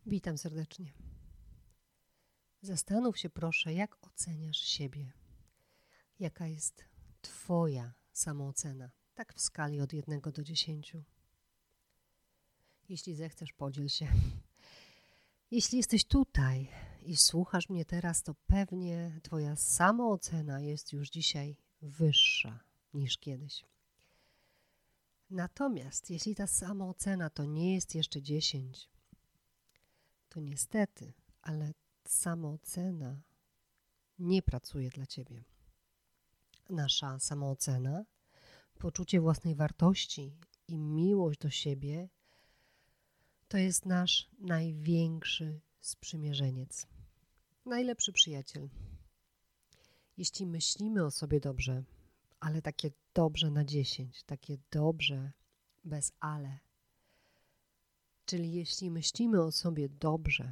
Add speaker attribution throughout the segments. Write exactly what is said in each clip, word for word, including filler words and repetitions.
Speaker 1: Witam serdecznie. Zastanów się proszę, jak oceniasz siebie. Jaka jest Twoja samoocena, tak w skali od jednego do dziesięciu. Jeśli zechcesz, podziel się. Jeśli jesteś tutaj i słuchasz mnie teraz, to pewnie Twoja samoocena jest już dzisiaj wyższa niż kiedyś. Natomiast jeśli ta samoocena to nie jest jeszcze dziesięć, to niestety, ale samoocena nie pracuje dla Ciebie. Nasza samoocena, poczucie własnej wartości i miłość do siebie to jest nasz największy sprzymierzeniec, najlepszy przyjaciel. Jeśli myślimy o sobie dobrze, ale takie dobrze na dziesięć, takie dobrze bez ale, czyli jeśli myślimy o sobie dobrze,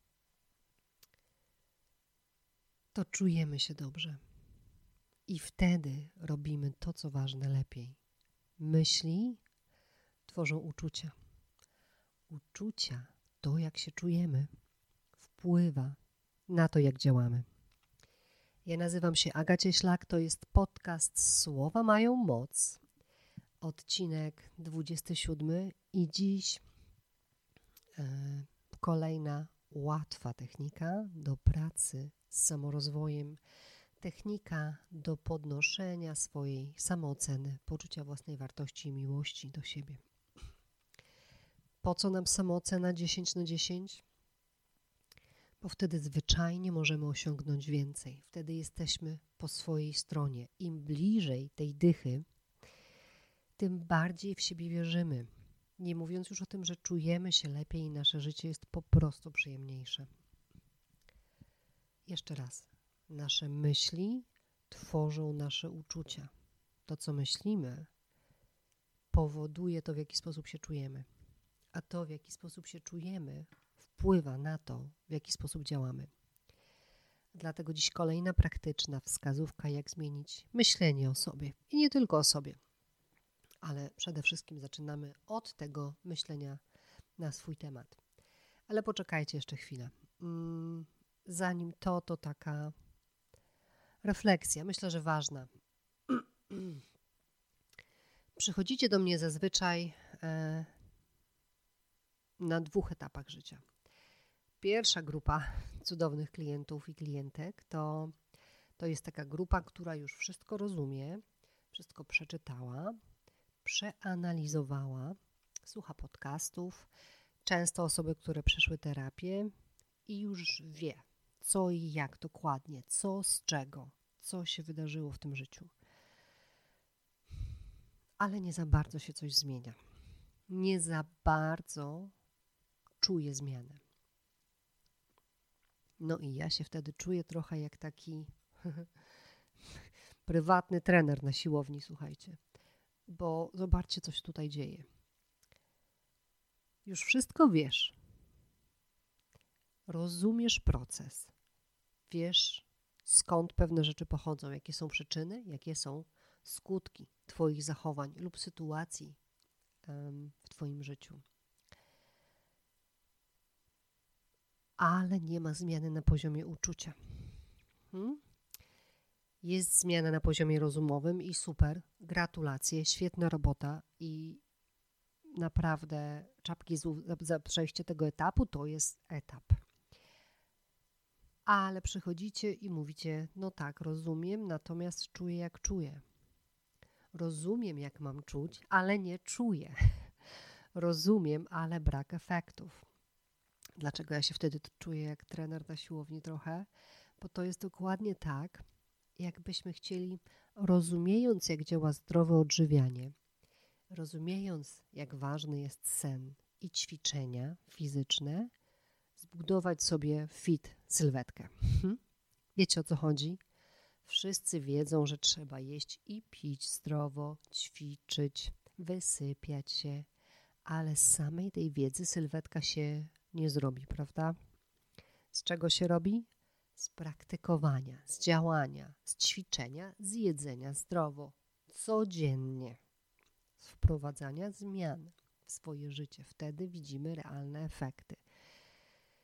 Speaker 1: to czujemy się dobrze. I wtedy robimy to, co ważne, lepiej. Myśli tworzą uczucia. Uczucia, to jak się czujemy, wpływa na to, jak działamy. Ja nazywam się Aga Cieślak, to jest podcast Słowa mają moc, odcinek dwudziesty siódmy i dziś e, kolejna łatwa technika do pracy z samorozwojem, technika do podnoszenia swojej samooceny, poczucia własnej wartości i miłości do siebie. Po co nam samoocena dziesięć na dziesięć? Bo wtedy zwyczajnie możemy osiągnąć więcej. Wtedy jesteśmy po swojej stronie. Im bliżej tej dychy, tym bardziej w siebie wierzymy. Nie mówiąc już o tym, że czujemy się lepiej i nasze życie jest po prostu przyjemniejsze. Jeszcze raz. Nasze myśli tworzą nasze uczucia. To, co myślimy, powoduje to, w jaki sposób się czujemy. A to, w jaki sposób się czujemy, wpływa na to, w jaki sposób działamy. Dlatego dziś kolejna praktyczna wskazówka, jak zmienić myślenie o sobie. I nie tylko o sobie, ale przede wszystkim zaczynamy od tego myślenia na swój temat. Ale poczekajcie jeszcze chwilę. Zanim to, to taka refleksja, myślę, że ważna. Przychodzicie do mnie zazwyczaj e, na dwóch etapach życia. Pierwsza grupa cudownych klientów i klientek to, to jest taka grupa, która już wszystko rozumie, wszystko przeczytała, przeanalizowała, słucha podcastów, często osoby, które przeszły terapię i już wie, co i jak dokładnie, co z czego, co się wydarzyło w tym życiu. Ale nie za bardzo się coś zmienia. Nie za bardzo czuje zmianę. No i ja się wtedy czuję trochę jak taki prywatny trener na siłowni, słuchajcie. Bo zobaczcie, co się tutaj dzieje. Już wszystko wiesz. Rozumiesz proces. Wiesz, skąd pewne rzeczy pochodzą, jakie są przyczyny, jakie są skutki Twoich zachowań lub sytuacji um, w Twoim życiu. Ale nie ma zmiany na poziomie uczucia. Hmm? Jest zmiana na poziomie rozumowym i super, gratulacje, świetna robota i naprawdę czapki z głów za przejście tego etapu to jest etap. Ale przychodzicie i mówicie, no tak, rozumiem, natomiast czuję jak czuję. Rozumiem jak mam czuć, ale nie czuję. Rozumiem, ale brak efektów. Dlaczego ja się wtedy czuję jak trener na siłowni trochę? Bo to jest dokładnie tak, jakbyśmy chcieli, rozumiejąc jak działa zdrowe odżywianie, rozumiejąc jak ważny jest sen i ćwiczenia fizyczne, zbudować sobie fit sylwetkę. Hm? Wiecie, o co chodzi? Wszyscy wiedzą, że trzeba jeść i pić zdrowo, ćwiczyć, wysypiać się, ale z samej tej wiedzy sylwetka się nie zrobi, prawda? Z czego się robi? Z praktykowania, z działania, z ćwiczenia, z jedzenia zdrowo, codziennie, z wprowadzania zmian w swoje życie. Wtedy widzimy realne efekty.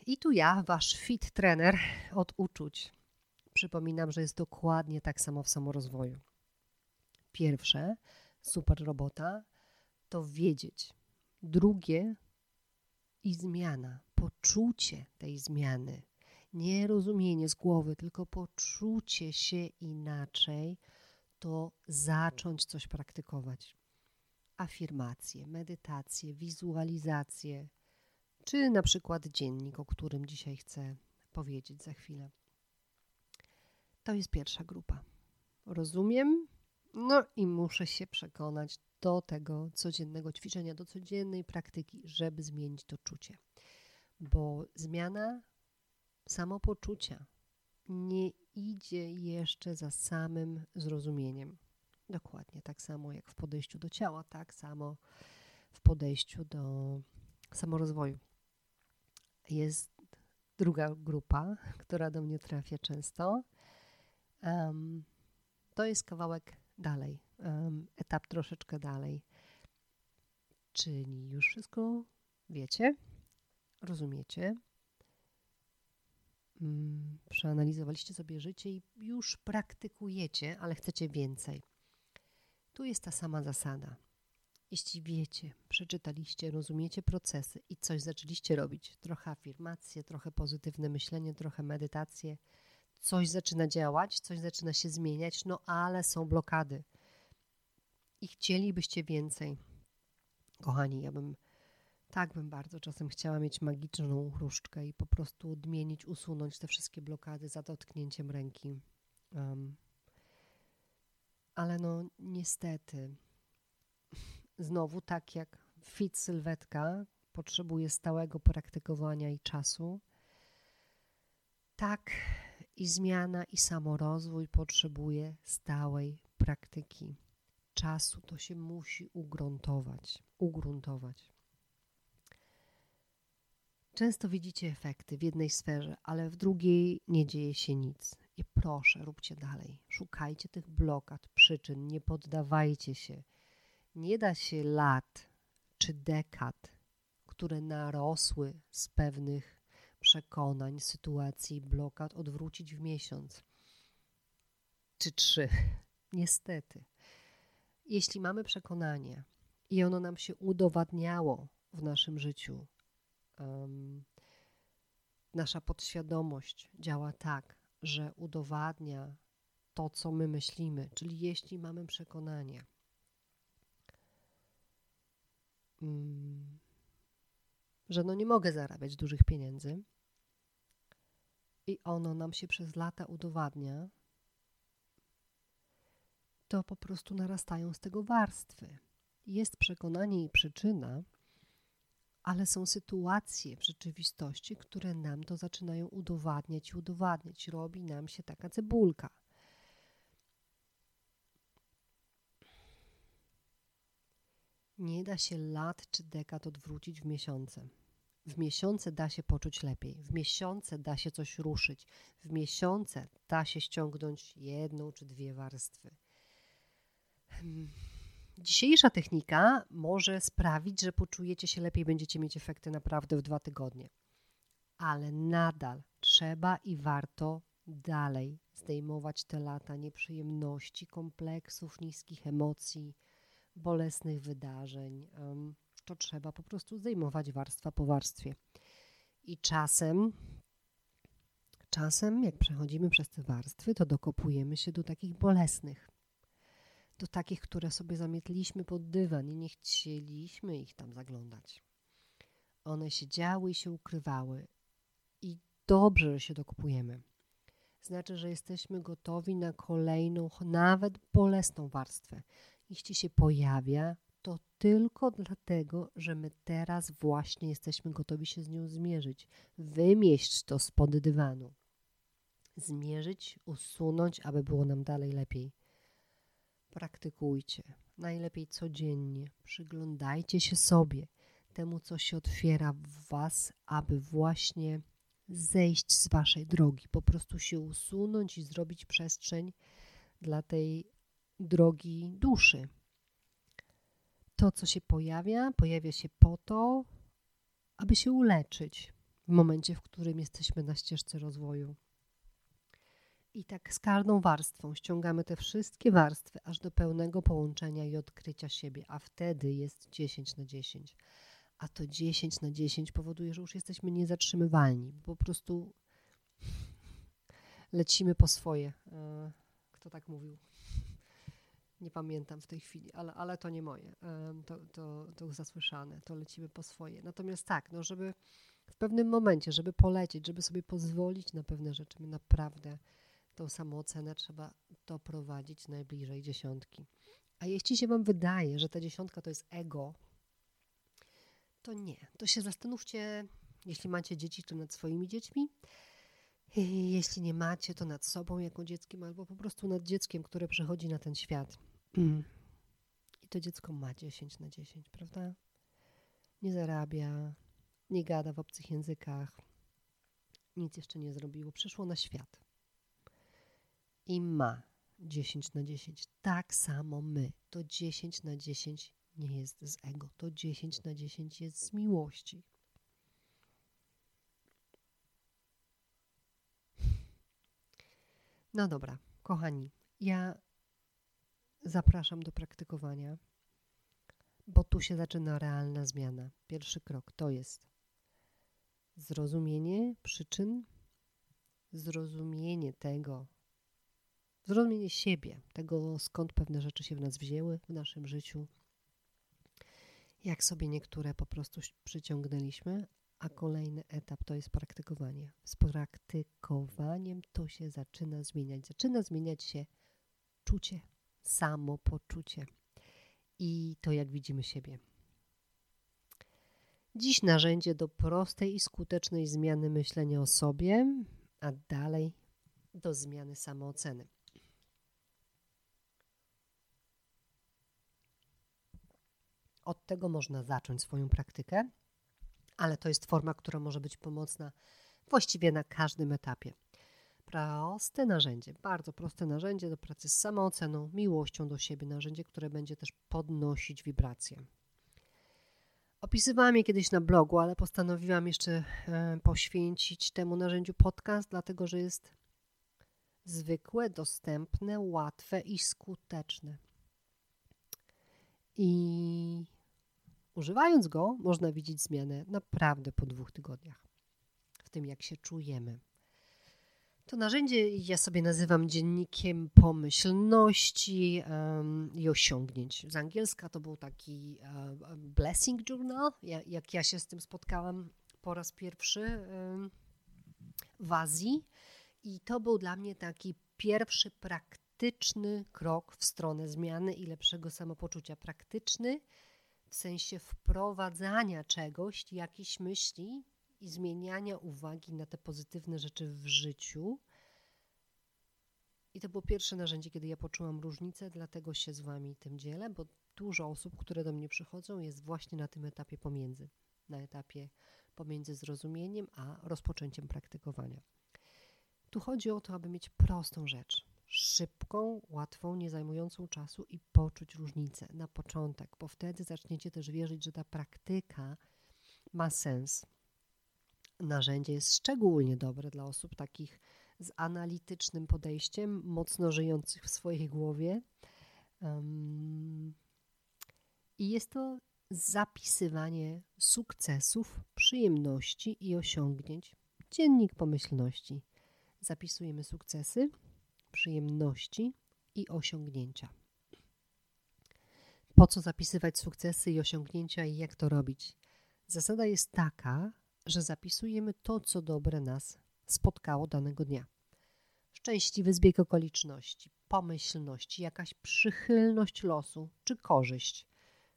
Speaker 1: I tu ja, wasz fit trener od uczuć. Przypominam, że jest dokładnie tak samo w samorozwoju. Pierwsze, super robota, to wiedzieć. Drugie i zmiana, poczucie tej zmiany. Nie rozumienie z głowy, tylko poczucie się inaczej, to zacząć coś praktykować. Afirmacje, medytacje, wizualizacje, czy na przykład dziennik, o którym dzisiaj chcę powiedzieć za chwilę. To jest pierwsza grupa. Rozumiem? No i muszę się przekonać do tego codziennego ćwiczenia, do codziennej praktyki, żeby zmienić to czucie. Bo zmiana samopoczucia nie idzie jeszcze za samym zrozumieniem. Dokładnie tak samo jak w podejściu do ciała, tak samo w podejściu do samorozwoju. Jest druga grupa, która do mnie trafia często. Um, to jest kawałek dalej, um, etap troszeczkę dalej. Czyli już wszystko wiecie, rozumiecie, um, przeanalizowaliście sobie życie i już praktykujecie, ale chcecie więcej. Tu jest ta sama zasada. Jeśli wiecie, przeczytaliście, rozumiecie procesy i coś zaczęliście robić, trochę afirmacje, trochę pozytywne myślenie, trochę medytację, coś zaczyna działać, coś zaczyna się zmieniać, no ale są blokady i chcielibyście więcej. Kochani, ja bym, tak bym bardzo czasem chciała mieć magiczną różdżkę i po prostu odmienić, usunąć te wszystkie blokady za dotknięciem ręki. Um, ale no niestety, znowu tak jak fit sylwetka potrzebuje stałego praktykowania i czasu, tak i zmiana i samorozwój potrzebuje stałej praktyki. Czasu to się musi ugruntować. ugruntować. Często widzicie efekty w jednej sferze, ale w drugiej nie dzieje się nic. I proszę, róbcie dalej. Szukajcie tych blokad, przyczyn, nie poddawajcie się. Nie da się lat czy dekad, które narosły z pewnych przekonań, sytuacji, blokad odwrócić w miesiąc czy trzy. Niestety. Jeśli mamy przekonanie i ono nam się udowadniało w naszym życiu, um, nasza podświadomość działa tak, że udowadnia to, co my myślimy. Czyli jeśli mamy przekonanie, um, że no nie mogę zarabiać dużych pieniędzy i ono nam się przez lata udowadnia, to po prostu narastają z tego warstwy. Jest przekonanie i przyczyna, ale są sytuacje w rzeczywistości, które nam to zaczynają udowadniać i udowadniać. Robi nam się taka cebulka. Nie da się lat czy dekad odwrócić w miesiące. W miesiące da się poczuć lepiej. W miesiące da się coś ruszyć. W miesiące da się ściągnąć jedną czy dwie warstwy. Dzisiejsza technika może sprawić, że poczujecie się lepiej, będziecie mieć efekty naprawdę w dwa tygodnie. Ale nadal trzeba i warto dalej zdejmować te lata nieprzyjemności, kompleksów, niskich emocji, bolesnych wydarzeń. To trzeba po prostu zdejmować warstwa po warstwie. I czasem, czasem jak przechodzimy przez te warstwy, to dokopujemy się do takich bolesnych. Do takich, które sobie zamietliśmy pod dywan i nie chcieliśmy ich tam zaglądać. One się działy i się ukrywały. I dobrze, że się dokopujemy. Znaczy, że jesteśmy gotowi na kolejną, nawet bolesną warstwę. Jeśli się pojawia, to tylko dlatego, że my teraz właśnie jesteśmy gotowi się z nią zmierzyć. Wymieść to spod dywanu. Zmierzyć, usunąć, aby było nam dalej lepiej. Praktykujcie, najlepiej codziennie, przyglądajcie się sobie, temu co się otwiera w was, aby właśnie zejść z waszej drogi, po prostu się usunąć i zrobić przestrzeń dla tej drogi duszy. To co się pojawia, pojawia się po to, aby się uleczyć, w momencie, w którym jesteśmy na ścieżce rozwoju. I tak z każdą warstwą ściągamy te wszystkie warstwy aż do pełnego połączenia i odkrycia siebie, a wtedy jest dziesięć na dziesięć. A to dziesięć na dziesięć powoduje, że już jesteśmy niezatrzymywalni. Po prostu lecimy po swoje. Kto tak mówił? Nie pamiętam w tej chwili, ale, ale to nie moje. To, to, to zasłyszane. To lecimy po swoje. Natomiast tak, no żeby w pewnym momencie, żeby polecieć, żeby sobie pozwolić na pewne rzeczy, my naprawdę tą samoocenę trzeba doprowadzić najbliżej dziesiątki. A jeśli się wam wydaje, że ta dziesiątka to jest ego, to nie. To się zastanówcie, jeśli macie dzieci, to nad swoimi dziećmi. Jeśli nie macie, to nad sobą jako dzieckiem, albo po prostu nad dzieckiem, które przychodzi na ten świat. I to dziecko ma dziesięć na dziesięć, prawda? Nie zarabia, nie gada w obcych językach, nic jeszcze nie zrobiło, przyszło na świat. I ma dziesięć na dziesięć. Tak samo my. To dziesięć na dziesięć nie jest z ego. To dziesięć na dziesięć jest z miłości. No dobra, kochani, ja zapraszam do praktykowania, bo tu się zaczyna realna zmiana. Pierwszy krok to jest zrozumienie przyczyn, zrozumienie tego, zrozumienie siebie, tego skąd pewne rzeczy się w nas wzięły w naszym życiu, jak sobie niektóre po prostu przyciągnęliśmy, a kolejny etap to jest praktykowanie. Z praktykowaniem to się zaczyna zmieniać. Zaczyna zmieniać się czucie, samopoczucie i to, jak widzimy siebie. Dziś narzędzie do prostej i skutecznej zmiany myślenia o sobie, a dalej do zmiany samooceny. Od tego można zacząć swoją praktykę, ale to jest forma, która może być pomocna właściwie na każdym etapie. Proste narzędzie, bardzo proste narzędzie do pracy z samooceną, miłością do siebie, narzędzie, które będzie też podnosić wibracje. Opisywałam je kiedyś na blogu, ale postanowiłam jeszcze e, poświęcić temu narzędziu podcast, dlatego że jest zwykłe, dostępne, łatwe i skuteczne. I używając go, można widzieć zmianę naprawdę po dwóch tygodniach w tym, jak się czujemy. To narzędzie ja sobie nazywam dziennikiem pomyślności um, i osiągnięć. Z angielska to był taki uh, blessing journal, ja, jak ja się z tym spotkałam po raz pierwszy um, w Azji. I to był dla mnie taki pierwszy praktyczny krok w stronę zmiany i lepszego samopoczucia. Praktyczny w sensie wprowadzania czegoś, jakichś myśli i zmieniania uwagi na te pozytywne rzeczy w życiu. I to było pierwsze narzędzie, kiedy ja poczułam różnicę, dlatego się z wami tym dzielę, bo dużo osób, które do mnie przychodzą, jest właśnie na tym etapie pomiędzy. Na etapie pomiędzy zrozumieniem a rozpoczęciem praktykowania. Tu chodzi o to, aby mieć prostą rzecz. Szybką, łatwą, nie zajmującą czasu i poczuć różnicę na początek, bo wtedy zaczniecie też wierzyć, że ta praktyka ma sens. Narzędzie jest szczególnie dobre dla osób takich z analitycznym podejściem, mocno żyjących w swojej głowie. Um, I jest to zapisywanie sukcesów, przyjemności i osiągnięć. Dziennik pomyślności. Zapisujemy sukcesy, przyjemności i osiągnięcia. Po co zapisywać sukcesy i osiągnięcia i jak to robić? Zasada jest taka, że zapisujemy to, co dobre nas spotkało danego dnia. Szczęśliwy zbieg okoliczności, pomyślności, jakaś przychylność losu czy korzyść.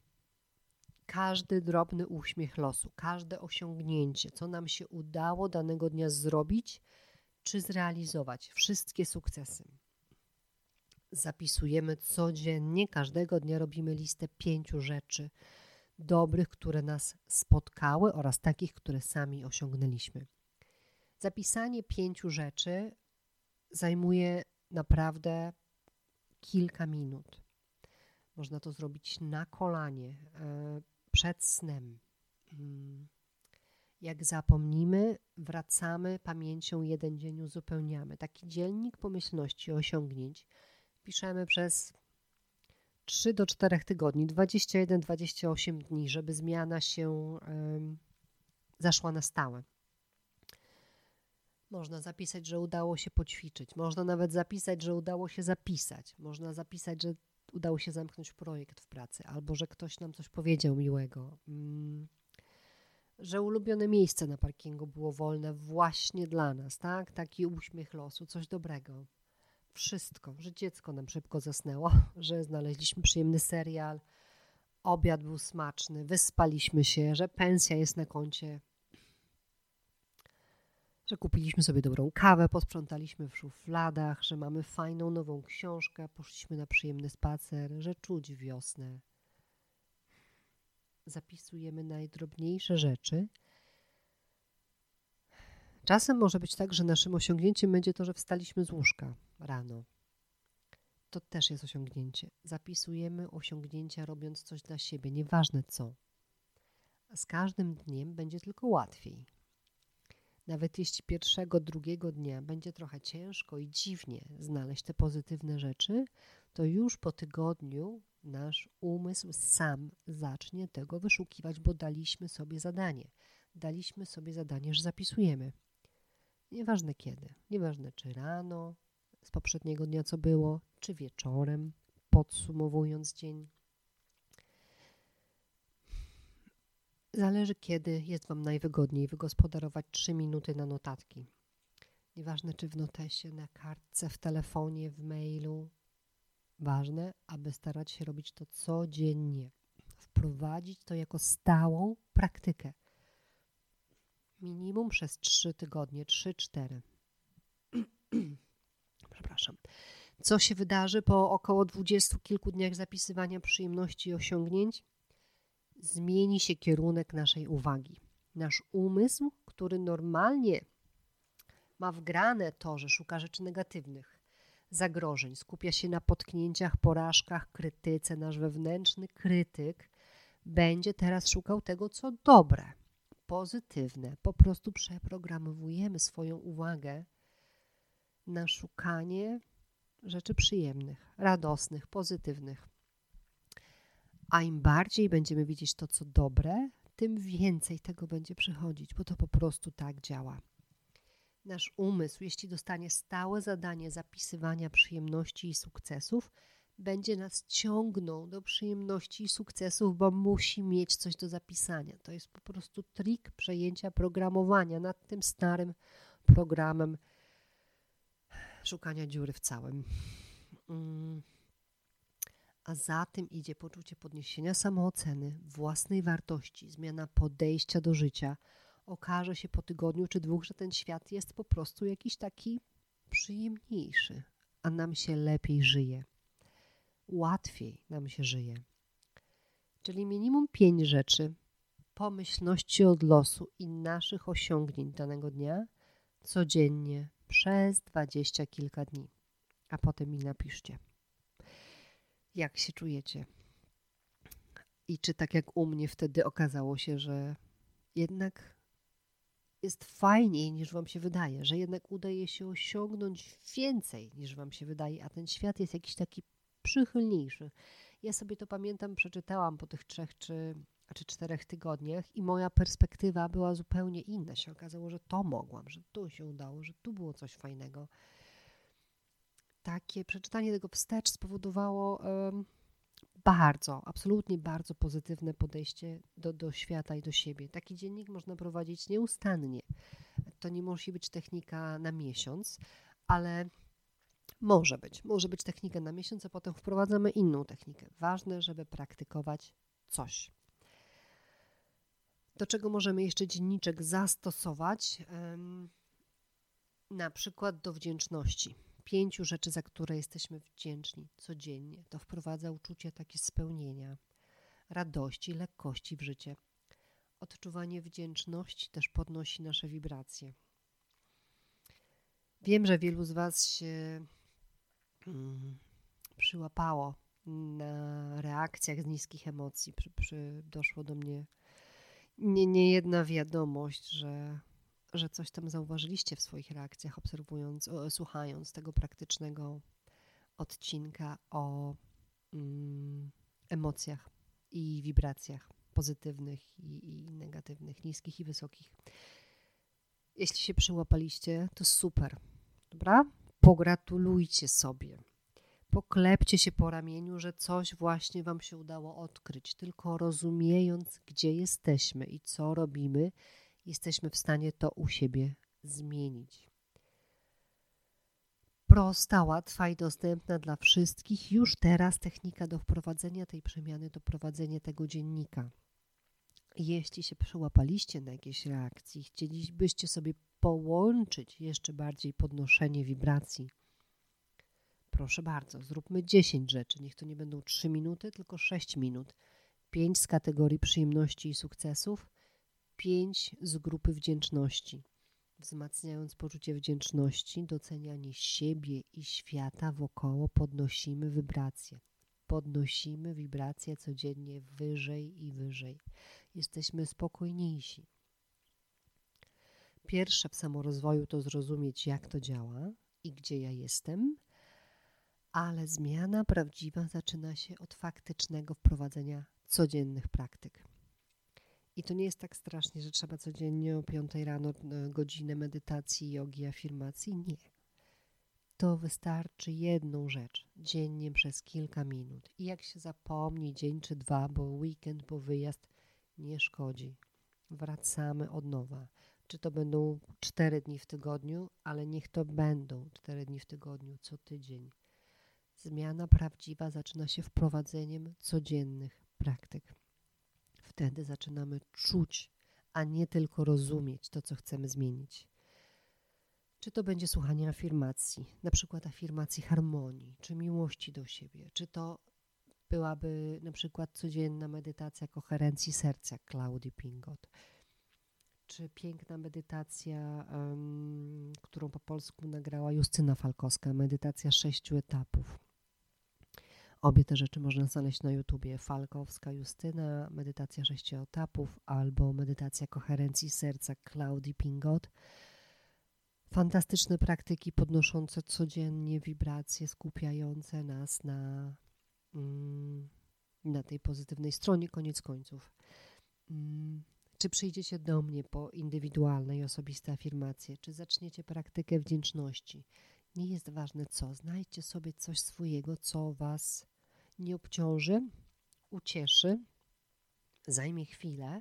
Speaker 1: Każdy drobny uśmiech losu, każde osiągnięcie, co nam się udało danego dnia zrobić czy zrealizować. Wszystkie sukcesy. Zapisujemy codziennie, każdego dnia robimy listę pięciu rzeczy dobrych, które nas spotkały oraz takich, które sami osiągnęliśmy. Zapisanie pięciu rzeczy zajmuje naprawdę kilka minut. Można to zrobić na kolanie, przed snem. Jak zapomnimy, wracamy pamięcią, jeden dzień uzupełniamy. Taki dziennik pomyślności, osiągnięć piszemy przez trzy do czterech tygodni, dwadzieścia jeden do dwudziestu ośmiu dni, żeby zmiana się y, zaszła na stałe. Można zapisać, że udało się poćwiczyć. Można nawet zapisać, że udało się zapisać. Można zapisać, że udało się zamknąć projekt w pracy, albo że ktoś nam coś powiedział miłego. Mm, że ulubione miejsce na parkingu było wolne właśnie dla nas, tak? Taki uśmiech losu, coś dobrego. Wszystko, że dziecko nam szybko zasnęło, że znaleźliśmy przyjemny serial, obiad był smaczny, wyspaliśmy się, że pensja jest na koncie, że kupiliśmy sobie dobrą kawę, posprzątaliśmy w szufladach, że mamy fajną nową książkę, poszliśmy na przyjemny spacer, że czuć wiosnę. Zapisujemy najdrobniejsze rzeczy. Czasem może być tak, że naszym osiągnięciem będzie to, że wstaliśmy z łóżka rano. To też jest osiągnięcie. Zapisujemy osiągnięcia, robiąc coś dla siebie, nieważne co. A z każdym dniem będzie tylko łatwiej. Nawet jeśli pierwszego, drugiego dnia będzie trochę ciężko i dziwnie znaleźć te pozytywne rzeczy, to już po tygodniu nasz umysł sam zacznie tego wyszukiwać, bo daliśmy sobie zadanie. Daliśmy sobie zadanie, że zapisujemy. Nieważne kiedy, nieważne czy rano, z poprzedniego dnia co było, czy wieczorem, podsumowując dzień. Zależy kiedy jest Wam najwygodniej wygospodarować trzy minuty na notatki. Nieważne czy w notesie, na kartce, w telefonie, w mailu. Ważne, aby starać się robić to codziennie. Wprowadzić to jako stałą praktykę. Minimum przez trzy tygodnie, trzy cztery. Przepraszam. Co się wydarzy po około dwudziestu kilku dniach zapisywania przyjemności i osiągnięć? Zmieni się kierunek naszej uwagi. Nasz umysł, który normalnie ma wgrane to, że szuka rzeczy negatywnych, zagrożeń, skupia się na potknięciach, porażkach, krytyce. Nasz wewnętrzny krytyk będzie teraz szukał tego, co dobre, pozytywne. Po prostu przeprogramowujemy swoją uwagę na szukanie rzeczy przyjemnych, radosnych, pozytywnych. A im bardziej będziemy widzieć to, co dobre, tym więcej tego będzie przychodzić, bo to po prostu tak działa. Nasz umysł, jeśli dostanie stałe zadanie zapisywania przyjemności i sukcesów, będzie nas ciągnął do przyjemności i sukcesów, bo musi mieć coś do zapisania. To jest po prostu trik przejęcia programowania nad tym starym programem szukania dziury w całym. Mm. A za tym idzie poczucie podniesienia samooceny, własnej wartości, zmiana podejścia do życia. Okaże się po tygodniu czy dwóch, że ten świat jest po prostu jakiś taki przyjemniejszy, a nam się lepiej żyje. Łatwiej nam się żyje. Czyli minimum pięć rzeczy, pomyślności od losu i naszych osiągnięć danego dnia codziennie przez dwadzieścia kilka dni. A potem mi napiszcie, jak się czujecie. I czy tak jak u mnie wtedy okazało się, że jednak jest fajniej niż Wam się wydaje, że jednak udaje się osiągnąć więcej niż Wam się wydaje, a ten świat jest jakiś taki przychylniejszy. Ja sobie to pamiętam, przeczytałam po tych trzech czy, czy czterech tygodniach i moja perspektywa była zupełnie inna. Się okazało, że to mogłam, że tu się udało, że tu było coś fajnego. Takie przeczytanie tego wstecz spowodowało um, bardzo, absolutnie bardzo pozytywne podejście do, do świata i do siebie. Taki dziennik można prowadzić nieustannie. To nie musi być technika na miesiąc, ale może być. Może być technika na miesiąc, a potem wprowadzamy inną technikę. Ważne, żeby praktykować coś. Do czego możemy jeszcze dzienniczek zastosować? Um, na przykład do wdzięczności. Pięciu rzeczy, za które jesteśmy wdzięczni codziennie. To wprowadza uczucie takie spełnienia, radości, lekkości w życie. Odczuwanie wdzięczności też podnosi nasze wibracje. Wiem, że wielu z Was się hmm, przyłapało na reakcjach z niskich emocji. Przy, przy, doszło do mnie nie, nie jedna wiadomość, że, że coś tam zauważyliście w swoich reakcjach, obserwując, o, słuchając tego praktycznego odcinka o mm, emocjach i wibracjach pozytywnych i, i negatywnych, niskich i wysokich. Jeśli się przyłapaliście, to super, dobra? Pogratulujcie sobie. Poklepcie się po ramieniu, że coś właśnie Wam się udało odkryć. Tylko rozumiejąc, gdzie jesteśmy i co robimy, jesteśmy w stanie to u siebie zmienić. Prosta, łatwa i dostępna dla wszystkich już teraz technika do wprowadzenia tej przemiany, do prowadzenia tego dziennika. Jeśli się przyłapaliście na jakieś reakcje, chcielibyście sobie połączyć jeszcze bardziej podnoszenie wibracji, proszę bardzo, zróbmy dziesięć rzeczy. Niech to nie będą trzy minuty, tylko sześć minut. pięć z kategorii przyjemności i sukcesów, pięć z grupy wdzięczności. Wzmacniając poczucie wdzięczności, docenianie siebie i świata wokoło, podnosimy wibracje. Podnosimy wibracje codziennie wyżej i wyżej. Jesteśmy spokojniejsi. Pierwsze w samorozwoju to zrozumieć, jak to działa i gdzie ja jestem, ale zmiana prawdziwa zaczyna się od faktycznego wprowadzenia codziennych praktyk. I to nie jest tak strasznie, że trzeba codziennie o piątej rano godzinę medytacji, jogi, afirmacji. Nie. To wystarczy jedną rzecz dziennie przez kilka minut. I jak się zapomni dzień czy dwa, bo weekend, bo wyjazd, nie szkodzi. Wracamy od nowa. Czy to będą cztery dni w tygodniu, ale niech to będą cztery dni w tygodniu, co tydzień. Zmiana prawdziwa zaczyna się wprowadzeniem codziennych praktyk. Wtedy zaczynamy czuć, a nie tylko rozumieć to, co chcemy zmienić. Czy to będzie słuchanie afirmacji, na przykład afirmacji harmonii, czy miłości do siebie, czy to byłaby na przykład codzienna medytacja koherencji serca Claudii Pingot, czy piękna medytacja, um, którą po polsku nagrała Justyna Falkowska, medytacja sześciu etapów. Obie te rzeczy można znaleźć na YouTubie. Falkowska Justyna, medytacja sześciu etapów albo medytacja koherencji serca Claudii Pingot. Fantastyczne praktyki podnoszące codziennie wibracje, skupiające nas na, mm, na tej pozytywnej stronie, koniec końców. Mm, czy przyjdziecie do mnie po indywidualne i osobiste afirmacje, czy zaczniecie praktykę wdzięczności? Nie jest ważne co, znajdźcie sobie coś swojego, co Was nie obciąży, ucieszy, zajmie chwilę,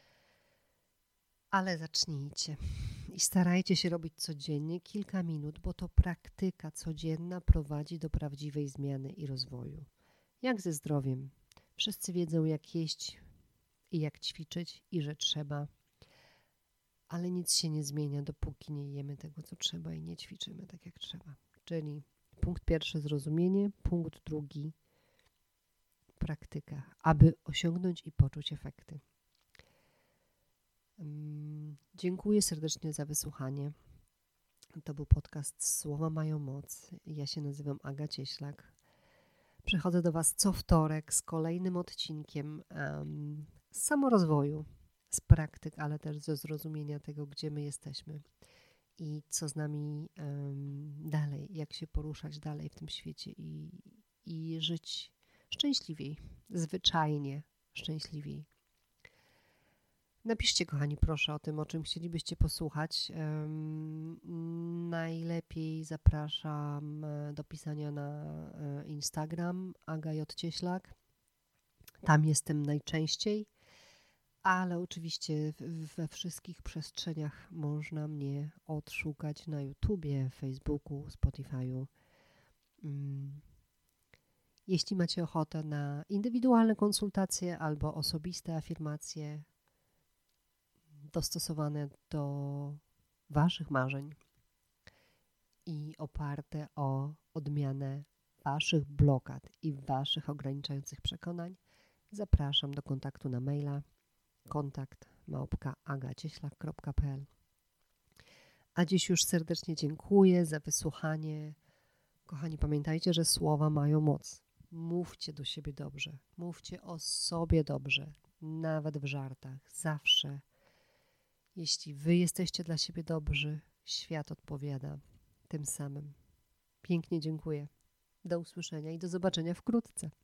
Speaker 1: ale zacznijcie. I starajcie się robić codziennie kilka minut, bo to praktyka codzienna prowadzi do prawdziwej zmiany i rozwoju. Jak ze zdrowiem. Wszyscy wiedzą, jak jeść i jak ćwiczyć i że trzeba, ale nic się nie zmienia, dopóki nie jemy tego, co trzeba i nie ćwiczymy tak, jak trzeba. Czyli punkt pierwszy zrozumienie, punkt drugi praktyka, aby osiągnąć i poczuć efekty. Dziękuję serdecznie za wysłuchanie. To był podcast Słowa mają moc. Ja się nazywam Aga Cieślak. Przychodzę do Was co wtorek z kolejnym odcinkiem um, z samorozwoju, z praktyk, ale też ze zrozumienia tego, gdzie my jesteśmy i co z nami um, dalej, jak się poruszać dalej w tym świecie i, i żyć szczęśliwiej, zwyczajnie szczęśliwiej. Napiszcie, kochani, proszę o tym, o czym chcielibyście posłuchać. Um, najlepiej zapraszam do pisania na Instagram Aga J. Cieślak. Tam jestem najczęściej, ale oczywiście we wszystkich przestrzeniach można mnie odszukać na YouTubie, Facebooku, Spotify'u. Um, jeśli macie ochotę na indywidualne konsultacje albo osobiste afirmacje, dostosowane do Waszych marzeń i oparte o odmianę Waszych blokad i Waszych ograniczających przekonań, zapraszam do kontaktu na maila kontakt małpka agacieślak kropka p l. A dziś już serdecznie dziękuję za wysłuchanie. Kochani, pamiętajcie, że słowa mają moc. Mówcie do siebie dobrze, mówcie o sobie dobrze. nawet w żartach. Zawsze. Jeśli wy jesteście dla siebie dobrzy, świat odpowiada tym samym. Pięknie dziękuję. Do usłyszenia i do zobaczenia wkrótce.